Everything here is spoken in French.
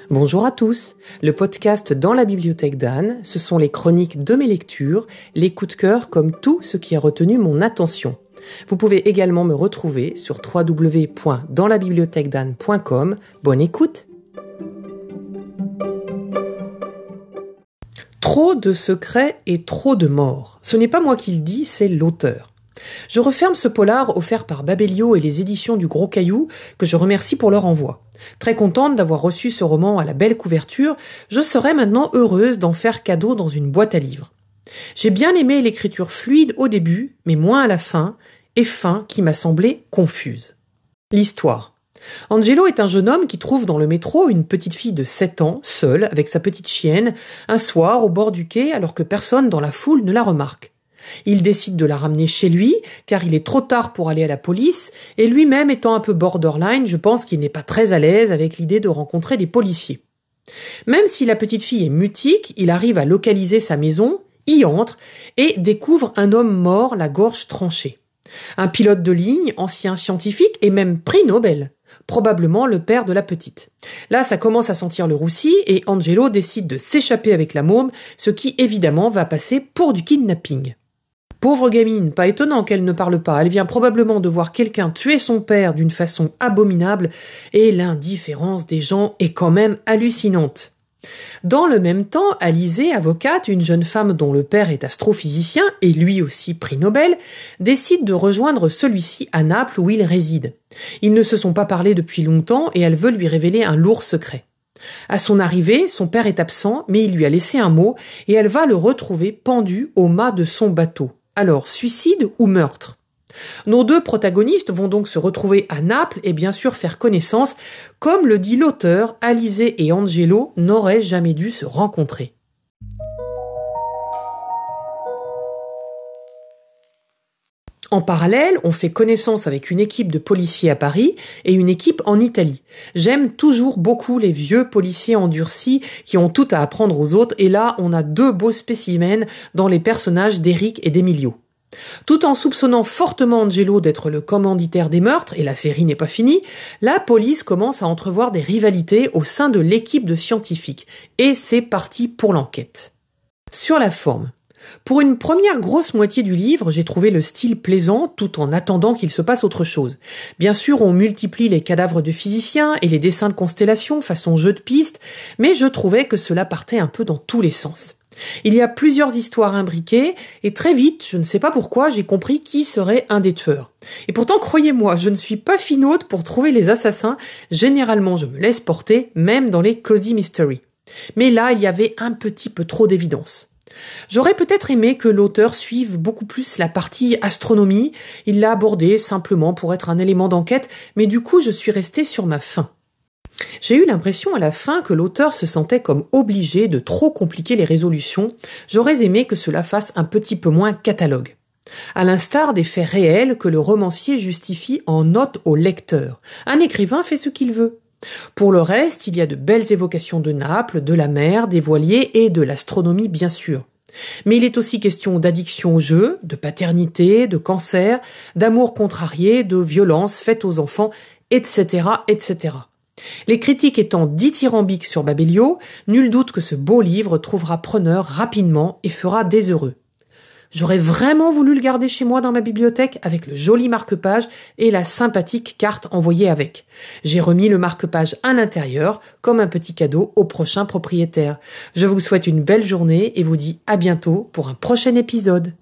Bonjour à tous. Le podcast Dans la bibliothèque d'Anne, ce sont les chroniques de mes lectures, les coups de cœur comme tout ce qui a retenu mon attention. Vous pouvez également me retrouver sur www.danslabibliothèquedanne.com. Bonne écoute. Trop de secrets et trop de morts. Ce n'est pas moi qui le dis, c'est l'auteur. Je referme ce polar offert par Babelio et les éditions du Gros Caillou, que je remercie pour leur envoi. Très contente d'avoir reçu ce roman à la belle couverture, je serais maintenant heureuse d'en faire cadeau dans une boîte à livres. J'ai bien aimé l'écriture fluide au début, mais moins à la fin, et fin qui m'a semblé confuse. L'histoire. Angelo est un jeune homme qui trouve dans le métro une petite fille de 7 ans, seule, avec sa petite chienne, un soir au bord du quai alors que personne dans la foule ne la remarque. Il décide de la ramener chez lui, car il est trop tard pour aller à la police, et lui-même étant un peu borderline, je pense qu'il n'est pas très à l'aise avec l'idée de rencontrer des policiers. Même si la petite fille est mutique, il arrive à localiser sa maison, y entre, et découvre un homme mort, la gorge tranchée. Un pilote de ligne, ancien scientifique et même prix Nobel. Probablement le père de la petite. Là, ça commence à sentir le roussi et Angelo décide de s'échapper avec la môme, ce qui évidemment va passer pour du kidnapping. Pauvre gamine, pas étonnant qu'elle ne parle pas, elle vient probablement de voir quelqu'un tuer son père d'une façon abominable et l'indifférence des gens est quand même hallucinante. Dans le même temps, Alizée, avocate, une jeune femme dont le père est astrophysicien et lui aussi prix Nobel, décide de rejoindre celui-ci à Naples où il réside. Ils ne se sont pas parlé depuis longtemps et elle veut lui révéler un lourd secret. À son arrivée, son père est absent, mais il lui a laissé un mot et elle va le retrouver pendu au mât de son bateau. Alors, suicide ou meurtre ? Nos deux protagonistes vont donc se retrouver à Naples et bien sûr faire connaissance. Comme le dit l'auteur, Alizée et Angelo n'auraient jamais dû se rencontrer. En parallèle, on fait connaissance avec une équipe de policiers à Paris et une équipe en Italie. J'aime toujours beaucoup les vieux policiers endurcis qui ont tout à apprendre aux autres et là, on a deux beaux spécimens dans les personnages d'Eric et d'Emilio. Tout en soupçonnant fortement Angelo d'être le commanditaire des meurtres, et la série n'est pas finie, la police commence à entrevoir des rivalités au sein de l'équipe de scientifiques. Et c'est parti pour l'enquête. Sur la forme. Pour une première grosse moitié du livre, j'ai trouvé le style plaisant tout en attendant qu'il se passe autre chose. Bien sûr, on multiplie les cadavres de physiciens et les dessins de constellations façon jeu de piste, mais je trouvais que cela partait un peu dans tous les sens. Il y a plusieurs histoires imbriquées et très vite, je ne sais pas pourquoi, j'ai compris qui serait un des tueurs. Et pourtant, croyez-moi, je ne suis pas finaude pour trouver les assassins. Généralement, je me laisse porter, même dans les cozy mystery. Mais là, il y avait un petit peu trop d'évidence. J'aurais peut-être aimé que l'auteur suive beaucoup plus la partie astronomie. Il l'a abordée simplement pour être un élément d'enquête, mais du coup, je suis restée sur ma faim. J'ai eu l'impression à la fin que l'auteur se sentait comme obligé de trop compliquer les résolutions. J'aurais aimé que cela fasse un petit peu moins catalogue. À l'instar des faits réels que le romancier justifie en note au lecteur. Un écrivain fait ce qu'il veut. Pour le reste, il y a de belles évocations de Naples, de la mer, des voiliers et de l'astronomie bien sûr. Mais il est aussi question d'addiction au jeu, de paternité, de cancer, d'amour contrarié, de violence faite aux enfants, etc., etc. Les critiques étant dithyrambiques sur Babelio, nul doute que ce beau livre trouvera preneur rapidement et fera des heureux. J'aurais vraiment voulu le garder chez moi dans ma bibliothèque avec le joli marque-page et la sympathique carte envoyée avec. J'ai remis le marque-page à l'intérieur comme un petit cadeau au prochain propriétaire. Je vous souhaite une belle journée et vous dis à bientôt pour un prochain épisode.